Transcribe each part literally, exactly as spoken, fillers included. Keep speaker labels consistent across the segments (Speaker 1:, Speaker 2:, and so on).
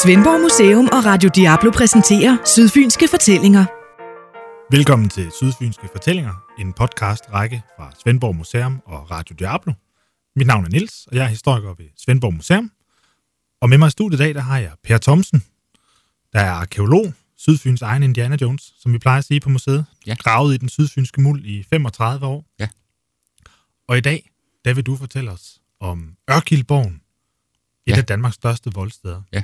Speaker 1: Svendborg Museum og Radio Diablo præsenterer Sydfynske Fortællinger.
Speaker 2: Velkommen til Sydfynske Fortællinger, en podcast-række fra Svendborg Museum og Radio Diablo. Mit navn er Niels, og jeg er historiker ved Svendborg Museum. Og med mig i studiet i dag, der har jeg Per Thomsen, der er arkeolog, Sydfyns egen Indiana Jones, som vi plejer at sige på museet.
Speaker 3: Ja.
Speaker 2: Gravet i den sydfynske muld i femogtredive år.
Speaker 3: Ja.
Speaker 2: Og i dag, der vil du fortælle os om Ørkildborgen, et
Speaker 3: ja.
Speaker 2: af Danmarks største voldsteder.
Speaker 3: Ja.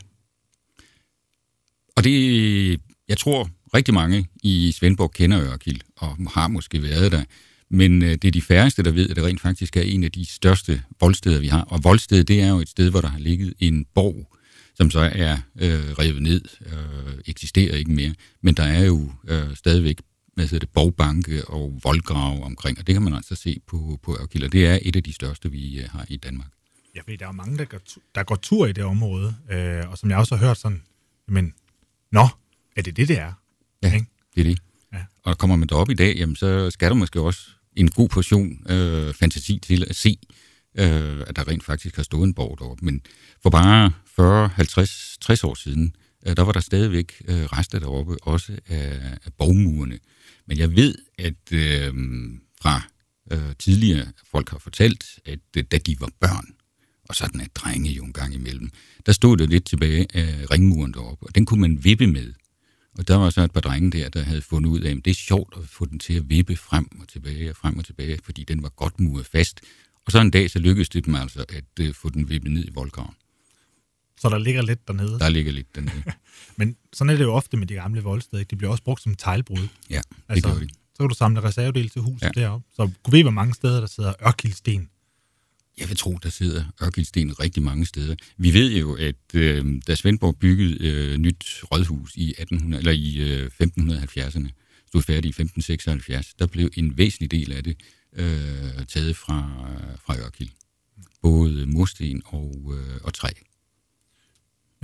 Speaker 3: Og det, jeg tror, rigtig mange i Svendborg kender Ørkild, og har måske været der. Men det er de færreste, der ved, at det rent faktisk er en af de største voldsteder, vi har. Og voldsted, det er jo et sted, hvor der har ligget en borg, som så er øh, revet ned, øh, eksisterer ikke mere. Men der er jo øh, stadigvæk hvad hedder det, borgbanke og voldgrave omkring, og det kan man altså se på, på Ørkild, og det er et af de største, vi øh, har i Danmark.
Speaker 2: Ja, fordi der er mange, der går, der går tur i det område, øh, og som jeg også har hørt sådan, men nå, er det det, det er?
Speaker 3: Ja,
Speaker 2: ikke?
Speaker 3: det er det.
Speaker 2: Ja.
Speaker 3: Og kommer man derop i dag, jamen, så skal der måske også en god portion øh, fantasi til at se, øh, at der rent faktisk har stået en borg deroppe. Men for bare fyrre, halvtreds, tres år siden, øh, der var der stadigvæk øh, rester deroppe, også af, af borgmurene. Men jeg ved, at øh, fra øh, tidligere folk har fortalt, at øh, da de var børn, og sådan at drenge jo en gang imellem, der stod der lidt tilbage af ringmuren deroppe, og den kunne man vippe med. Og der var så et par drenge der, der havde fundet ud af, at det er sjovt at få den til at vippe frem og tilbage og frem og tilbage, fordi den var godt muret fast. Og så en dag, så lykkedes det dem altså at uh, få den vippet ned i voldgraven.
Speaker 2: Så der ligger lidt dernede?
Speaker 3: Der ligger lidt dernede.
Speaker 2: Men sådan er det jo ofte med de gamle voldsteder. De bliver også brugt som teglbrud.
Speaker 3: Ja, det
Speaker 2: altså,
Speaker 3: gør de. Så
Speaker 2: kan du samle reservedele til huset
Speaker 3: ja.
Speaker 2: deroppe. Så kunne vi, hvor mange steder der sidder Ørkildsten?
Speaker 3: Jeg vil tro, der sidder Ørkildsten rigtig mange steder. Vi ved jo, at øh, da Svendborg byggede øh, nyt rådhus i, atten hundrede, eller i øh, femten halvfjerdserne, stod færdig i femten seksoghalvfjerds, der blev en væsentlig del af det øh, taget fra, fra Ørkild. Både mursten og, øh, og træ.
Speaker 2: Ja.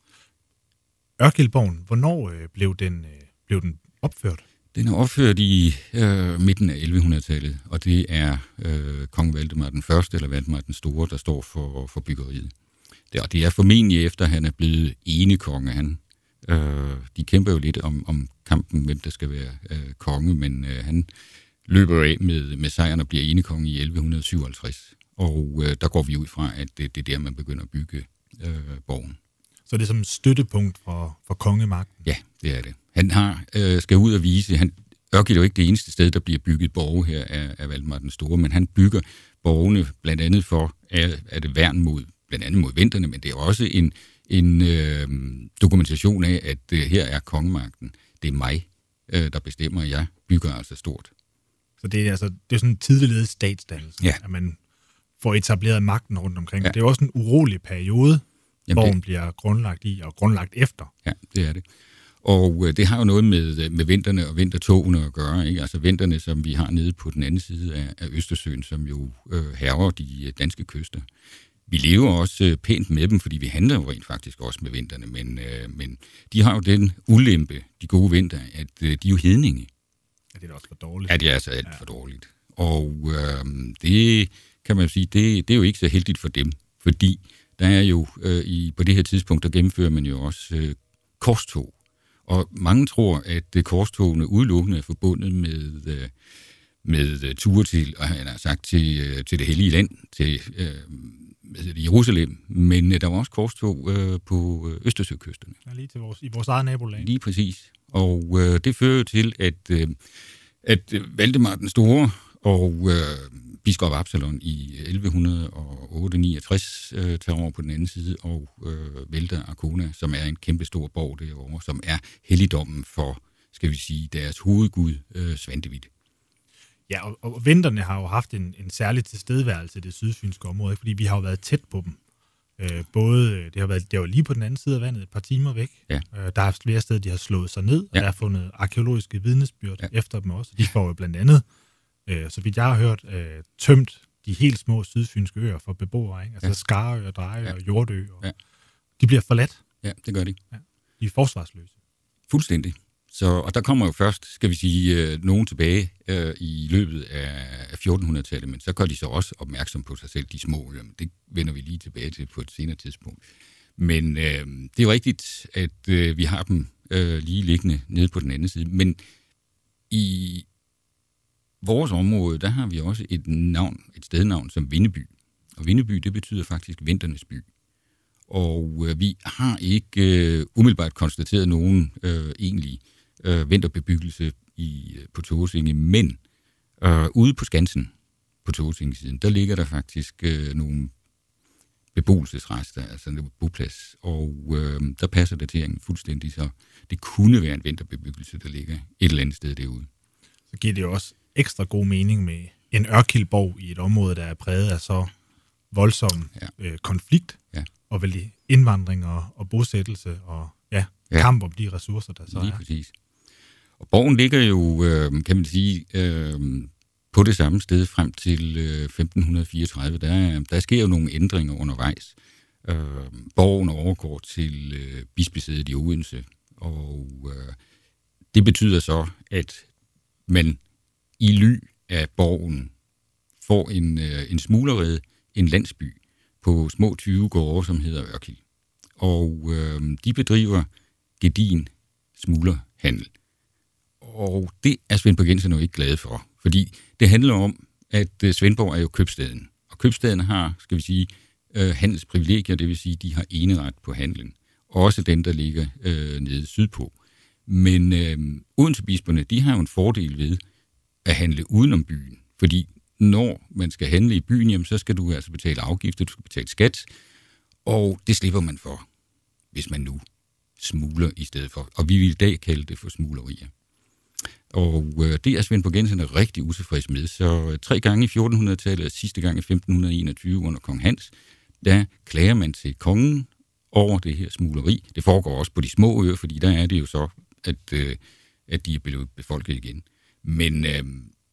Speaker 2: Ørkildborgen, hvornår øh, blev, den, øh, blev den opført?
Speaker 3: Den er opført i øh, midten af elleve-hundredetallet, og det er øh, kong Valdemar den første, eller Valdemar den store, der står for, for byggeriet. Det, og det er formentlig efter, at han er blevet enekonge. Han, øh, de kæmper jo lidt om, om kampen, hvem der skal være øh, konge, men øh, han løber af med, med sejren og bliver enekonge i elleve syvoghalvtreds. Og øh, der går vi ud fra, at det, det er der, man begynder at bygge øh, borgen.
Speaker 2: Så det er som et støttepunkt for, for kongemagten?
Speaker 3: Ja, det er det. Han har, øh, skal ud og vise, han, Ørkild er jo ikke det eneste sted, der bliver bygget borge her af, af Valdemar den Store, men han bygger borgene blandt andet for, at, at det værn mod, blandt andet mod vinterne, men det er også en, en øh, dokumentation af, at øh, her er kongemagten. Det er mig, øh, der bestemmer, jeg bygger altså stort.
Speaker 2: Så det er, altså, det er sådan en tidligledet statsdannelse,
Speaker 3: ja.
Speaker 2: at man får etableret magten rundt omkring.
Speaker 3: Ja.
Speaker 2: Det er også en urolig periode,
Speaker 3: Jamen,
Speaker 2: borgen
Speaker 3: det...
Speaker 2: bliver grundlagt i og grundlagt efter.
Speaker 3: Ja, det er det. Og øh, det har jo noget med, med vinterne og vintertogene at gøre, ikke? Altså vinterne, som vi har nede på den anden side af, af Østersøen, som jo øh, hærger de danske kyster. Vi lever også øh, pænt med dem, fordi vi handler jo rent faktisk også med vinterne, men, øh, men de har jo den ulempe, de gode vinter, at øh, de er jo hedninge.
Speaker 2: Ja, det er også for dårligt.
Speaker 3: Ja, det er altså alt
Speaker 2: ja.
Speaker 3: for dårligt. Og øh, det kan man jo sige, det, det er jo ikke så heldigt for dem, fordi der er jo øh, i, på det her tidspunkt, der gennemfører man jo også øh, korstog. Og mange tror, at øh, korstogene udelukkende er forbundet med, øh, med øh, ture til, og han har sagt, til, øh, til det hellige land, til øh, det, Jerusalem. Men øh, der var også korstog øh, på øh, Østersøkysterne.
Speaker 2: Ja, lige til vores, i vores eget nabolag.
Speaker 3: Lige præcis. Og øh, det fører jo til, at, øh, at Valdemar den Store og øh, biskop Absalon i elleve otte niogtres øh, tager over på den anden side og øh, vælter Arkona, som er en kæmpe stor borg derovre, som er helligdommen for, skal vi sige, deres hovedgud, øh, Svantevit.
Speaker 2: Ja, og, og vinterne har jo haft en, en særlig tilstedeværelse i det sydfynske område, fordi vi har jo været tæt på dem. Øh, både, det har været det var lige på den anden side af vandet, et par timer væk.
Speaker 3: Ja.
Speaker 2: Øh, der er flere steder, de har slået sig ned, og
Speaker 3: ja.
Speaker 2: der er fundet arkeologiske vidnesbyrd
Speaker 3: ja.
Speaker 2: efter dem også. De får jo blandt andet, øh, så vidt jeg har hørt, øh, tømt de helt små sydfynske øer for beboere, ikke? Altså ja. Skarø, Drejø
Speaker 3: ja.
Speaker 2: og Hjortø. Og
Speaker 3: ja.
Speaker 2: De bliver forladt.
Speaker 3: Ja, det gør de.
Speaker 2: Ja. De er forsvarsløse.
Speaker 3: Fuldstændig. Så, og der kommer jo først, skal vi sige, øh, nogen tilbage øh, i løbet af fjortenhundredetallet, men så gør de så også opmærksom på sig selv, de små øer. Men det vender vi lige tilbage til på et senere tidspunkt. Men øh, det er jo rigtigt, at øh, vi har dem øh, lige liggende nede på den anden side. Men i vores område, der har vi også et navn, et stednavn som Vindeby. Og Vindeby, det betyder faktisk vinternes by. Og øh, vi har ikke øh, umiddelbart konstateret nogen øh, egentlig øh, vinterbebyggelse i, øh, på Tåsinge, men øh, ude på Skansen på Tåsinge-siden, der ligger der faktisk øh, nogle beboelsesrester, altså en boplads, og øh, der passer dateringen fuldstændig, så det kunne være en vinterbebyggelse, der ligger et eller andet sted derude.
Speaker 2: Så giver det jo også ekstra god mening med en ørkildborg i et område, der er præget af så voldsom ja. øh, konflikt, ja. og vel indvandring og, og bosættelse, og ja, ja. kamp om de ressourcer, der så
Speaker 3: Lige
Speaker 2: er.
Speaker 3: Præcis. Og borgen ligger jo, øh, kan man sige, øh, på det samme sted frem til øh, femten fireogtredive. Der, der sker jo nogle ændringer undervejs. Øh, borgen overgår til øh, bispesædet i Odense, og øh, det betyder så, at man i ly af borgen får en, øh, en smuglerrede, en landsby på små tyve gårde, som hedder Ørkild. Og øh, de bedriver gedin smuglerhandel. Og det er svendborgenserne jo ikke glade for, fordi det handler om, at øh, Svendborg er jo købstaden. Og købstaden har, skal vi sige, øh, handelsprivilegier, det vil sige, de har eneret på handelen. Også den, der ligger øh, nede sydpå. Men øh, Odensebisperne, de har jo en fordel ved at handle udenom byen, fordi når man skal handle i byen, jamen, så skal du altså betale afgifter, du skal betale skat, og det slipper man for, hvis man nu smugler i stedet for. Og vi vil i dag kalde det for smuglerier. Og øh, det er svendborgenserne rigtig utilfreds med, så tre gange i fjortenhundredetallet og sidste gang i femten enogtyve under kong Hans, der klager man til kongen over det her smugleri. Det foregår også på de små øer, fordi der er det jo så, at, øh, at de er blevet befolket igen. Men øh,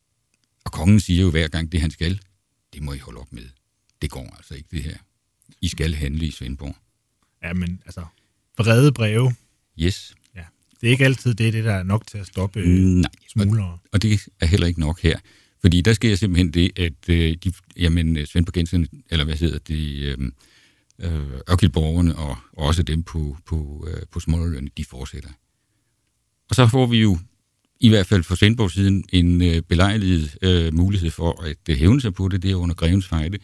Speaker 3: og kongen siger jo hver gang det, han skal, det må I holde op med. Det går altså ikke, det her. I skal handle i Svendborg.
Speaker 2: Ja, men altså, vrede breve.
Speaker 3: Yes.
Speaker 2: Ja, det er ikke altid det, det der er nok til at stoppe
Speaker 3: Nej,
Speaker 2: smuglere.
Speaker 3: Og, og det er heller ikke nok her. Fordi der sker simpelthen det, at øh, de, jamen, svendborgenserne, eller hvad hedder det, øh, øh, ørkildborgerne og, og også dem på, på, øh, på Småløerne, de fortsætter. Og så får vi jo i hvert fald fra Svendborgs siden en øh, belejlighed øh, mulighed for at øh, hævne sig på det, det er under Grevens Fejde.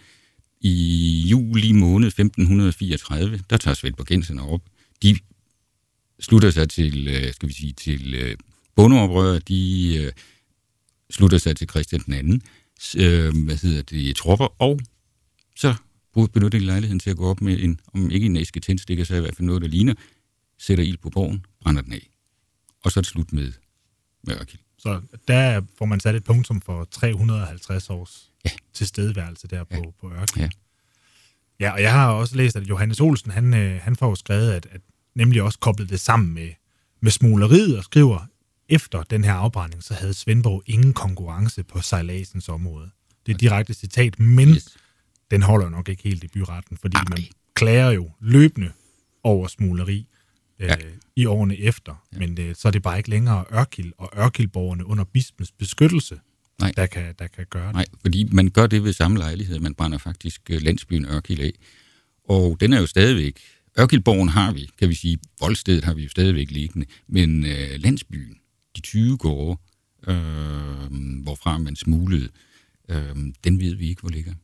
Speaker 3: I juli måned femten fireogtredive, der tager svendborgenserne op. De slutter sig til, øh, skal vi sige, til øh, bondeoprør, de øh, slutter sig til Christian den anden, øh, hvad hedder det, tropper, og så benytter de lejligheden til at gå op med en, om ikke en æske tændstikker, så i hvert fald noget, der ligner, sætter ild på borgen, brænder den af. Og så er det slut med med Ørkild. Så
Speaker 2: der får man sat et punktum for tre hundrede og halvtreds års
Speaker 3: ja.
Speaker 2: tilstedeværelse der på,
Speaker 3: ja.
Speaker 2: på Ørkild.
Speaker 3: Ja.
Speaker 2: ja, og jeg har også læst, at Johannes Olsen, han, han får jo skrevet, at, at nemlig også koblet det sammen med, med smugleriet, og skriver, efter den her afbrænding, så havde Svendborg ingen konkurrence på sejladsens område. Det er et direkte citat, men yes. den holder nok ikke helt i byretten, fordi Ej. man klager jo løbende over smugleri ja. øh, i årene efter, ja. men øh, så er det bare ikke længere Ørkild og Ørkildborgerne under bispens beskyttelse,
Speaker 3: Nej.
Speaker 2: Der, kan, der kan gøre det.
Speaker 3: Nej, fordi man gør det ved samme lejlighed, man brænder faktisk landsbyen Ørkild af, og den er jo stadigvæk, Ørkildborgen har vi, kan vi sige, voldstedet har vi jo stadigvæk liggende, men øh, landsbyen, de tyve gårde, øh, hvorfra man smuglede, øh, den ved vi ikke, hvor ligger.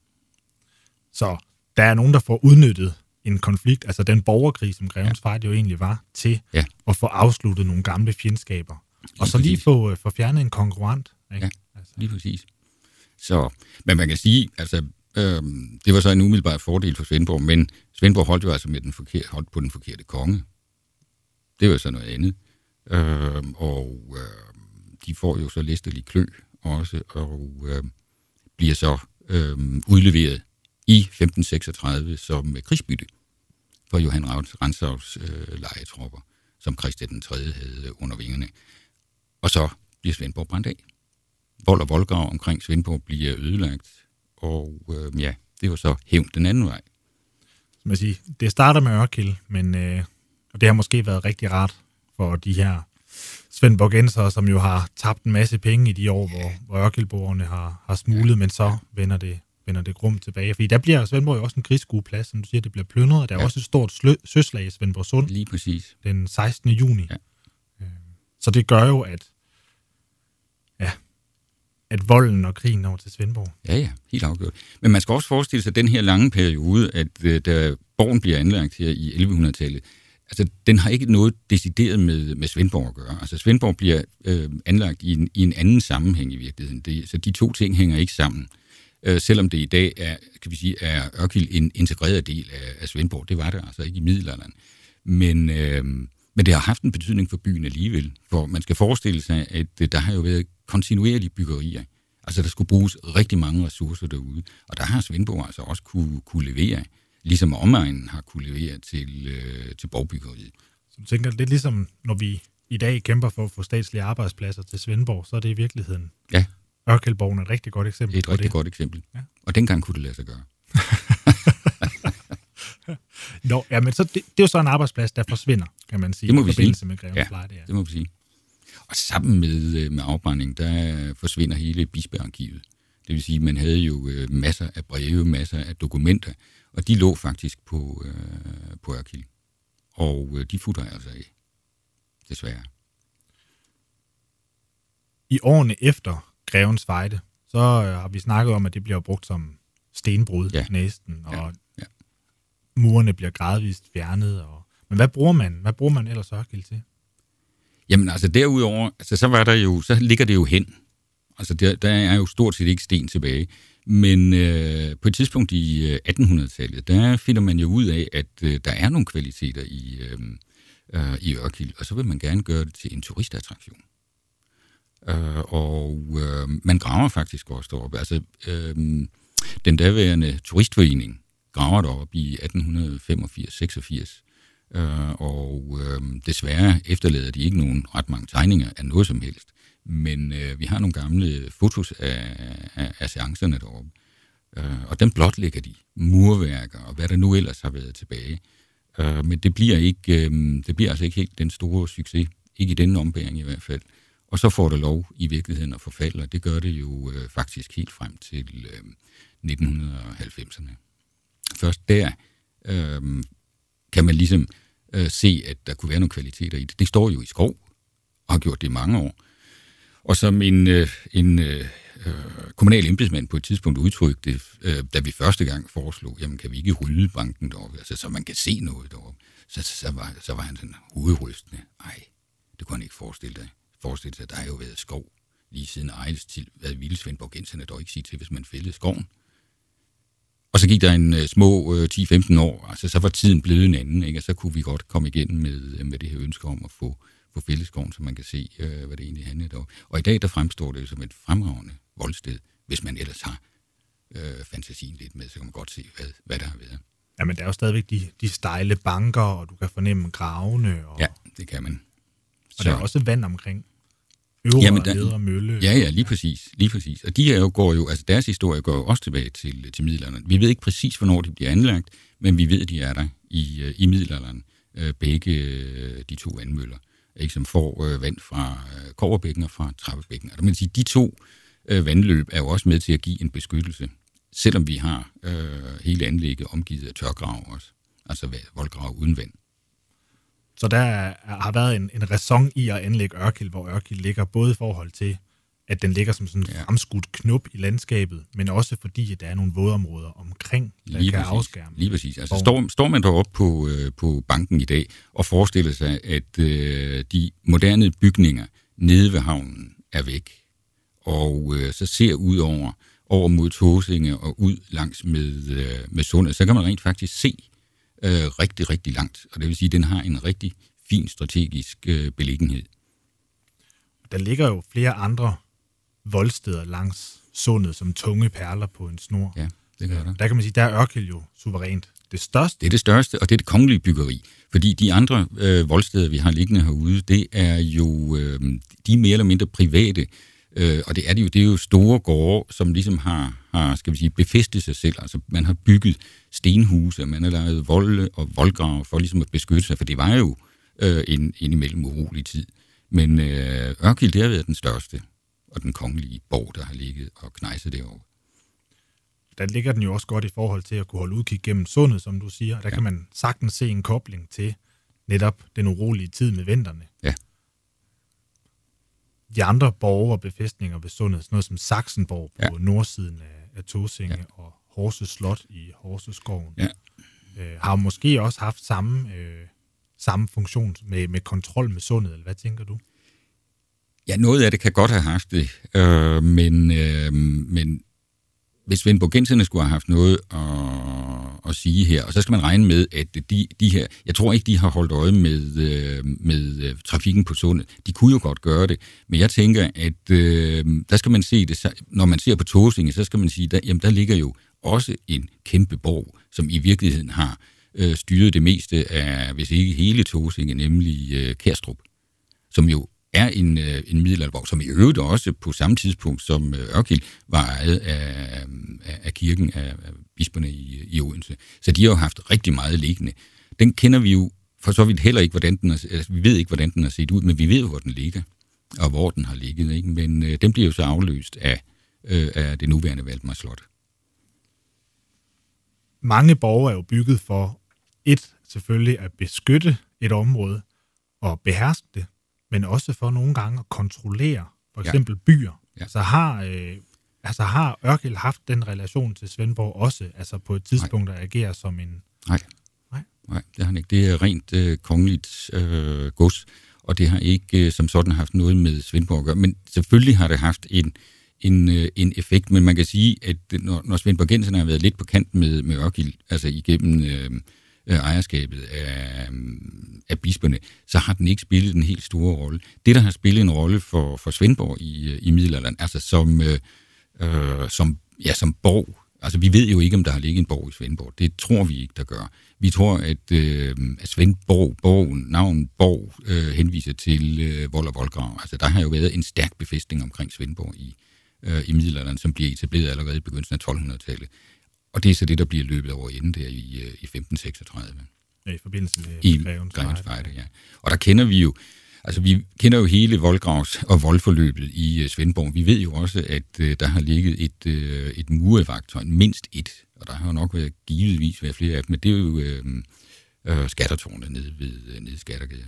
Speaker 2: Så der er nogen, der får udnyttet en konflikt, altså den borgerkrig, som Grevens Fejde jo egentlig var, til
Speaker 3: ja.
Speaker 2: at få afsluttet nogle gamle fjendskaber. Lige og så lige få, få fjernet en konkurrent. Ikke?
Speaker 3: Ja, altså. Lige præcis. Så, men man kan sige, altså, øh, det var så en umiddelbar fordel for Svendborg, men Svendborg holdt jo altså med den forkerte, holdt på den forkerte konge. Det var så noget andet. Øh, og øh, de får jo så læsterlig klø også, og øh, bliver så øh, udleveret i femten seksogtredive som krigsbytte for Johan Rantzau's øh, lejetropper, som Christian den tredje havde under vingerne. Og så bliver Svendborg brændt af. Vold og voldgrav omkring Svendborg bliver ødelagt, og øh, ja, det var så hævn den anden vej.
Speaker 2: Som jeg siger, det starter med Ørkild, men øh, og det har måske været rigtig rart for de her svendborgensere, som jo har tabt en masse penge i de år, hvor, hvor Ørkildborgerne har, har smuglet, ja. men så vender det vinder det rum tilbage. Fordi der bliver Svendborg jo også en krigsskueplads, som du siger, det bliver plyndret, og der er ja. også et stort slø- søslag i Svendborg Sund.
Speaker 3: Lige præcis.
Speaker 2: Den sekstende juni.
Speaker 3: Ja.
Speaker 2: Så det gør jo, at, ja, at volden og krigen over til Svendborg.
Speaker 3: Ja, ja, helt afgjort. Men man skal også forestille sig den her lange periode, at øh, da borgen bliver anlagt her i elleve hundrede-tallet, altså den har ikke noget decideret med, med Svendborg at gøre. Altså Svendborg bliver øh, anlagt i en, i en anden sammenhæng i virkeligheden. Det, så de to ting hænger ikke sammen. Øh, selvom det i dag er, kan vi sige, er Ørkild en integreret del af, af Svendborg. Det var det altså ikke i middelalderen. Men... Øh, Men det har haft en betydning for byen alligevel, for man skal forestille sig, at der har jo været kontinuerlige byggerier. Altså der skulle bruges rigtig mange ressourcer derude, og der har Svendborg altså også kunne, kunne levere, ligesom omegnen har kunne levere til, øh, til borgbyggeriet.
Speaker 2: Så du tænker, det er ligesom, når vi i dag kæmper for at få statslige arbejdspladser til Svendborg, så er det i virkeligheden
Speaker 3: ja.
Speaker 2: Ørkildborgen er et rigtig godt eksempel.
Speaker 3: Et rigtig
Speaker 2: det.
Speaker 3: godt eksempel,
Speaker 2: ja.
Speaker 3: Og dengang kunne det lade sig gøre.
Speaker 2: Nå, ja, men så det, det er jo så en arbejdsplads, der forsvinder, kan man sige,
Speaker 3: det må
Speaker 2: i
Speaker 3: vi
Speaker 2: forbindelse
Speaker 3: sige.
Speaker 2: med Grevens
Speaker 3: ja,
Speaker 2: Pleje. Det,
Speaker 3: det må vi sige. Og sammen med, med afbrænding, der forsvinder hele Bispearkivet. Det vil sige, at man havde jo masser af breve, masser af dokumenter, og de lå faktisk på, øh, på Ørkild. Og de futter altså af, desværre.
Speaker 2: I årene efter Grevens Fejde, så har vi snakket om, at det bliver brugt som stenbrud ja. næsten, og ja. Ja. murene bliver gradvist fjernet. Og... Men hvad bruger man? Hvad bruger man ellers Ørkild til?
Speaker 3: Jamen altså derudover, altså, så var der jo, så ligger det jo hen. Altså der, der er jo stort set ikke sten tilbage. Men øh, på et tidspunkt i attenhundrede-tallet, der finder man jo ud af, at øh, der er nogle kvaliteter i, øh, øh, i Ørkild, og så vil man gerne gøre det til en turistattraktion. Øh, og øh, man graver faktisk også deroppe. Altså øh, den daværende turistforening graver deroppe i atten femogfirs seksogfirs. Uh, og øh, desværre efterlader de ikke nogen ret mange tegninger af noget som helst. Men øh, vi har nogle gamle fotos af, af, af seancerne deroppe. Uh, og dem blotlægger de. Murværker og hvad der nu ellers har været tilbage. Uh, men det bliver, ikke, øh, det bliver altså ikke helt den store succes. Ikke i denne ombæring i hvert fald. Og så får det lov i virkeligheden at forfalde. Og det gør det jo øh, faktisk helt frem til øh, nitten halvfemserne. Først der... Øh, kan man ligesom øh, se, at der kunne være nogle kvaliteter i det. Det står jo i skov, og har gjort det i mange år. Og som en, øh, en øh, kommunal embedsmand på et tidspunkt udtrykte det, øh, da vi første gang foreslog, jamen kan vi ikke rydde banken deroppe, altså, så man kan se noget deroppe. Så, så, var, så var han sådan hovedrystende. Ej, det kunne han ikke forestille dig. Forestille sig, at der har jo været skov lige siden Ejles tid. Hvad ville svendborgenserne dog ikke sige til, hvis man fældede skoven? Og så gik der en uh, små uh, ti femten år, altså så var tiden blevet en anden, ikke? Og så kunne vi godt komme igen med, med det her ønske om at få, få fælleskoven, så man kan se, uh, hvad det egentlig handler om. Og i dag, der fremstår det som et fremragende voldsted, hvis man ellers har uh, fantasien lidt med, så kan man godt se, hvad, hvad der har været.
Speaker 2: Ja, men der er jo stadigvæk de, de stejle banker, og du kan fornemme gravene. Og,
Speaker 3: ja, det kan man.
Speaker 2: Og så. Der er også vand omkring. Øvre Jamen, der, og nedre mølle.
Speaker 3: Ja, ja, lige præcis, lige præcis. Og de her jo går jo, altså deres historie går jo også tilbage til, til middelalderen. Vi ved ikke præcis, hvornår de bliver anlagt, men vi ved, at de er der i, i middelalderen, begge de to vandmøller, ikke, som får øh, vand fra øh, Kobberbækken og fra Trappebækken. Og det vil sige, de to øh, vandløb er jo også med til at give en beskyttelse, selvom vi har øh, hele anlægget omgivet af tørgrav også, altså voldgrav uden vand.
Speaker 2: Så der er, har været en, en ræson i at anlægge Ørkild, hvor Ørkild ligger både i forhold til, at den ligger som sådan en ja. fremskudt knop i landskabet, men også fordi, at der er nogle vådområder omkring, der
Speaker 3: lige
Speaker 2: kan
Speaker 3: præcis,
Speaker 2: afskærme.
Speaker 3: Lige præcis. Altså står, står man deroppe på, øh, på banken i dag og forestiller sig, at øh, de moderne bygninger nede ved havnen er væk, og øh, så ser ud over, over mod Tåsinge og ud langs med, øh, med Sundet, så kan man rent faktisk se øh, rigtig, rigtig langt. Og det vil sige, at den har en rigtig fin strategisk øh, beliggenhed.
Speaker 2: Der ligger jo flere andre voldsteder langs Sundet som tunge perler på en snor.
Speaker 3: Ja, det gør der.
Speaker 2: Der kan man sige, der er Ørkild jo suverænt det største.
Speaker 3: Det er det største, og det er det kongelige byggeri. Fordi de andre øh, voldsteder, vi har liggende herude, det er jo øh, de er mere eller mindre private. Øh, og det er, det, jo, det er jo store gårde, som ligesom har, har skal vi sige, befæstet sig selv. Altså man har bygget stenhuse, man har lavet volde og voldgrave for ligesom at beskytte sig, for det var jo øh, en, en imellem urolig tid. Men øh, Ørkild, det har været den største og den kongelige borg, der har ligget og knejset derovre.
Speaker 2: der ligger den jo også godt i forhold til at kunne holde udkig gennem sundet, som du siger. Og der ja. kan man sagtens se en kobling til netop den urolige tid med vinterne.
Speaker 3: Ja.
Speaker 2: De andre borge og befæstninger ved sundet, sådan noget som Saxenborg på ja. nordsiden af, af Tåsinge ja. og Horse Slot i Horseskoven,
Speaker 3: ja.
Speaker 2: øh, har måske også haft samme, øh, samme funktion med, med kontrol med sundet, eller hvad tænker du?
Speaker 3: Ja, noget af det kan godt have haft det, øh, men, øh, men hvis svendborgenserne skulle have haft noget at, at sige her, og så skal man regne med, at de, de her, jeg tror ikke, de har holdt øje med, med trafikken på sundet. De kunne jo godt gøre det, men jeg tænker, at øh, der skal man se det, når man ser på Tåsinge, så skal man sige, der, jamen der ligger jo også en kæmpe borg, som i virkeligheden har øh, styret det meste af, hvis ikke hele Tåsinge, nemlig øh, Kærstrup, som jo er en, en middelalderborg, som i øvrigt også på samme tidspunkt som Ørkild var ejet af, af, af kirken, af, af bisperne i, i Odense. Så de har jo haft rigtig meget liggende. Den kender vi jo for så vidt heller ikke, hvordan den er, altså, vi ved ikke, hvordan den har set ud, men vi ved, hvor den ligger, og hvor den har ligget. Ikke? Men øh, den bliver jo så afløst af, øh, af det nuværende Valdemar Slot.
Speaker 2: Mange borge er jo bygget for et, selvfølgelig at beskytte et område og beherske det, men også for nogle gange at kontrollere for eksempel ja. byer. Ja. Altså, har, øh, altså har Ørkild haft den relation til Svendborg også, altså på et tidspunkt Nej. at agere som en...
Speaker 3: Nej. Nej, Nej det har han ikke. Det er rent øh, kongeligt øh, gods, og det har ikke øh, som sådan haft noget med Svendborg at gøre. Men selvfølgelig har det haft en, en, øh, en effekt, men man kan sige, at når, når svendborgenserne har været lidt på kant med, med Ørkild, altså igennem... Øh, ejerskabet af, af bisperne, så har den ikke spillet en helt store rolle. Det, der har spillet en rolle for, for Svendborg i, i middelalderen, altså som, øh, som, ja, som borg, altså vi ved jo ikke, om der har ligget en borg i Svendborg. Det tror vi ikke, der gør. Vi tror, at, øh, at Svendborg, borgen, navnet borg, øh, henviser til øh, vold og voldgrav. Altså der har jo været en stærk befæstning omkring Svendborg i, øh, i middelalderen, som bliver etableret allerede i begyndelsen af tolvhundredetallet. Og det er så det, der bliver løbet over enden der i, i femten seksogtredive.
Speaker 2: Ja, i forbindelse med
Speaker 3: I Grevens Fejde, ja. Og der kender vi jo, altså vi kender jo hele voldgravs- og voldforløbet i uh, Svendborg. Vi ved jo også, at uh, der har ligget et, uh, et murevagtøj, mindst et, og der har jo nok været givetvis været flere af dem, men det er jo uh, uh, skattertårnet nede ved uh, nede Skattergade.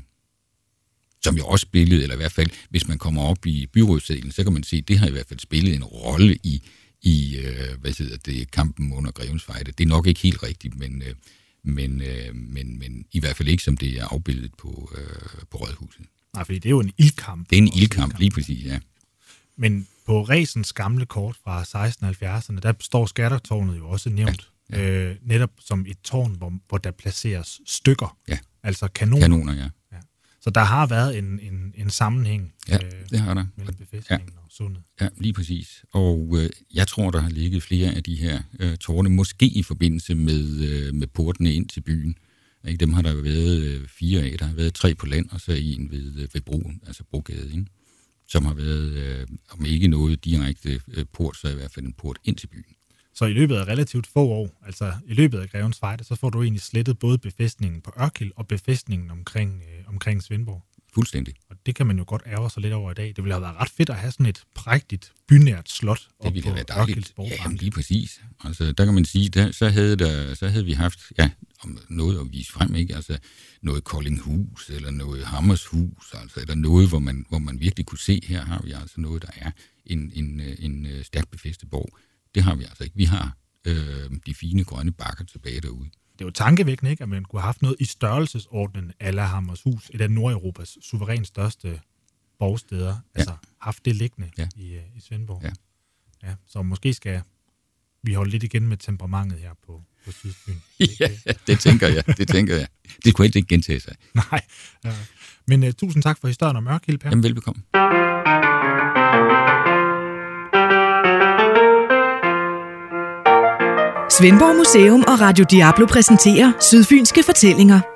Speaker 3: Som jo også spillede, eller i hvert fald, hvis man kommer op i byrådssalen, så kan man se, at det har i hvert fald spillet en rolle i i, øh, hvad hedder det, kampen under Grevens Fejde. Det er nok ikke helt rigtigt, men, øh, men, øh, men, men i hvert fald ikke, som det er afbildet på, øh, på Rådhuset.
Speaker 2: Nej, fordi det er jo en ildkamp.
Speaker 3: Det er en ildkamp, lige præcis, ja.
Speaker 2: Men på Resens gamle kort fra seksten halvfjerdserne, der står skattertårnet jo også nævnt. Ja, ja. Øh, netop som et tårn, hvor, hvor der placeres stykker.
Speaker 3: Ja.
Speaker 2: Altså kanoner.
Speaker 3: Kanoner, ja.
Speaker 2: ja. Så der har været en, en, en sammenhæng
Speaker 3: ja, det har der.
Speaker 2: mellem befæstningen ja. og sundet.
Speaker 3: Ja, lige præcis. Og øh, jeg tror, der har ligget flere af de her øh, tårne, måske i forbindelse med, øh, med portene ind til byen. Ikke? Dem har der været øh, fire af. Der har været tre på land, og så en ved, øh, ved broen, altså Brogade, ikke? Som har været, øh, om ikke noget direkte øh, port, så i hvert fald en port ind til byen.
Speaker 2: Så i løbet af relativt få år, altså i løbet af Grevens Fejde, så får du egentlig slettet både befæstningen på Ørkild og befæstningen omkring, øh, omkring Svendborg.
Speaker 3: Fuldstændig.
Speaker 2: Og det kan man jo godt ærge sig lidt over i dag. Det ville have været ret fedt at have sådan et prægtigt, bynært slot op på Ørkilds borgbanke.
Speaker 3: Ja, lige præcis. Altså, der kan man sige, der, så, havde der, så havde vi haft ja, noget at vise frem, ikke? Altså noget Koldinghus, eller noget Hammershus, altså, eller noget, hvor man, hvor man virkelig kunne se, her har vi altså noget, der er en, en, en, en stærk befæstet borg. Det har vi altså ikke. Vi har øh, de fine grønne bakker tilbage derude.
Speaker 2: Det er jo tankevækkende, ikke, at man kunne have haft noget i størrelsesordenen a la Hammershus, et af Nordeuropas suverænt største borgsteder. Ja. Altså haft det liggende ja. i, i Svendborg.
Speaker 3: Ja.
Speaker 2: Ja, så måske skal vi holde lidt igen med temperamentet her på, på Sydfyn.
Speaker 3: Ja, det tænker jeg. Det tænker jeg. Det kunne ikke gentage sig.
Speaker 2: Nej. Ja. Men uh, tusind tak for historien om Ørkild, Per.
Speaker 3: Jamen, velbekomme.
Speaker 1: Svendborg Museum og Radio Diablo præsenterer Sydfynske Fortællinger.